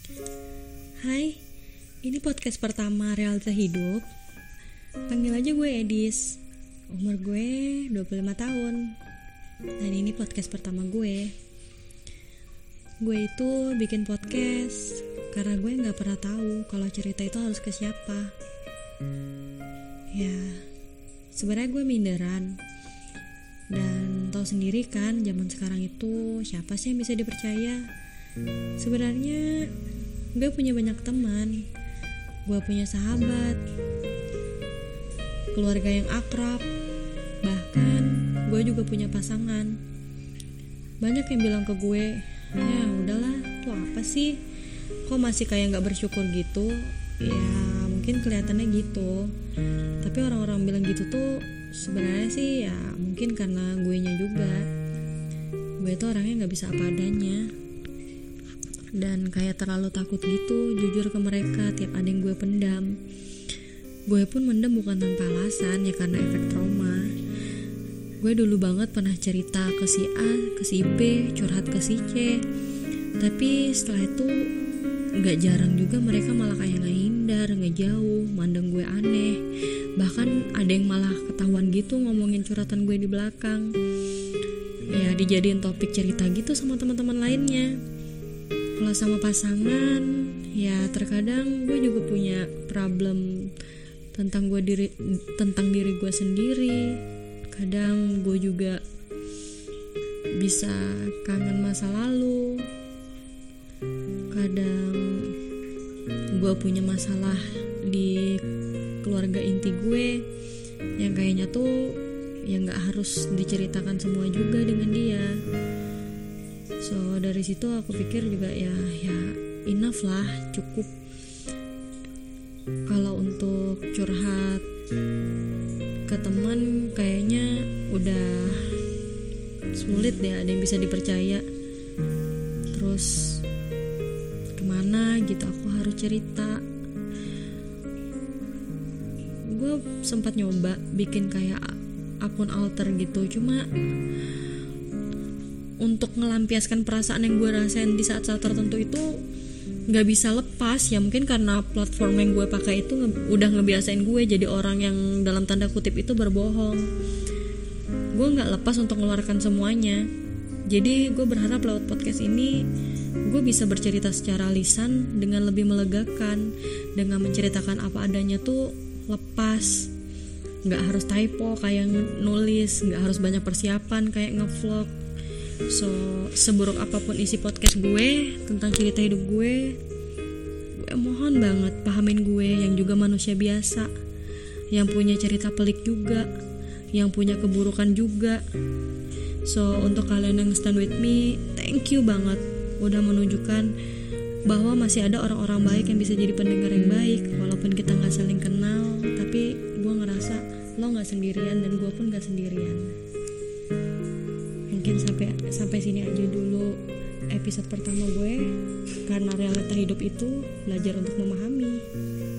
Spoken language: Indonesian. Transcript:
Hai, ini podcast pertama Realita Hidup. Panggil aja gue Edis. Umur gue 25 tahun. Dan ini podcast pertama gue. Gue itu bikin podcast karena gue gak pernah tahu kalau cerita itu harus ke siapa. Ya, sebenarnya gue minderan. Dan tahu sendiri kan, zaman sekarang itu siapa sih yang bisa dipercaya? Sebenarnya gue punya banyak teman, gue punya sahabat, keluarga yang akrab, bahkan gue juga punya pasangan. Banyak yang bilang ke gue, ya udahlah, tuh apa sih? Kok masih kayak gak bersyukur gitu? Ya mungkin kelihatannya gitu. Tapi orang-orang bilang gitu tuh sebenarnya sih ya mungkin karena guenya juga. Gue tuh orangnya gak bisa apa adanya. Dan kayak terlalu takut gitu jujur ke mereka tiap ada yang gue pendam. Gue pun mendem bukan tanpa alasan, ya karena efek trauma. Gue dulu banget pernah cerita ke si A, ke si B, curhat ke si C. Tapi setelah itu gak jarang juga mereka malah kayak ngehindar, ngejauh, mandang gue aneh. Bahkan ada yang malah ketahuan gitu ngomongin curhatan gue di belakang. Ya dijadiin topik cerita gitu sama teman-teman lainnya. Kalau sama pasangan, ya terkadang gue juga punya problem tentang diri gue sendiri. Kadang gue juga bisa kangen masa lalu. Kadang gue punya masalah di keluarga inti gue yang kayaknya tuh yang gak harus diceritakan semua juga dengan dia. So dari situ aku pikir juga ya enough lah, cukup. Kalau untuk curhat ke teman kayaknya udah sulit deh ada yang bisa dipercaya. Terus kemana gitu aku harus cerita. Gue sempat nyoba bikin kayak akun alter gitu, cuma untuk ngelampiaskan perasaan yang gue rasain di saat-saat tertentu itu gak bisa lepas. Ya mungkin karena platform yang gue pakai itu udah ngebiasain gue jadi orang yang dalam tanda kutip itu berbohong. Gue gak lepas untuk mengeluarkan semuanya. Jadi gue berharap lewat podcast ini gue bisa bercerita secara lisan dengan lebih melegakan. Dengan menceritakan apa adanya tuh lepas, gak harus typo kayak nulis, gak harus banyak persiapan kayak ngevlog. So seburuk apapun isi podcast gue tentang cerita hidup gue mohon banget pahamin gue yang juga manusia biasa, yang punya cerita pelik juga, yang punya keburukan juga. So untuk kalian yang stand with me, thank you banget udah menunjukkan bahwa masih ada orang-orang baik yang bisa jadi pendengar yang baik. Walaupun kita gak saling kenal, tapi gue ngerasa lo gak sendirian dan gue pun gak sendirian. Mungkin sampai sini aja dulu episode pertama gue, karena realita hidup itu belajar untuk memahami.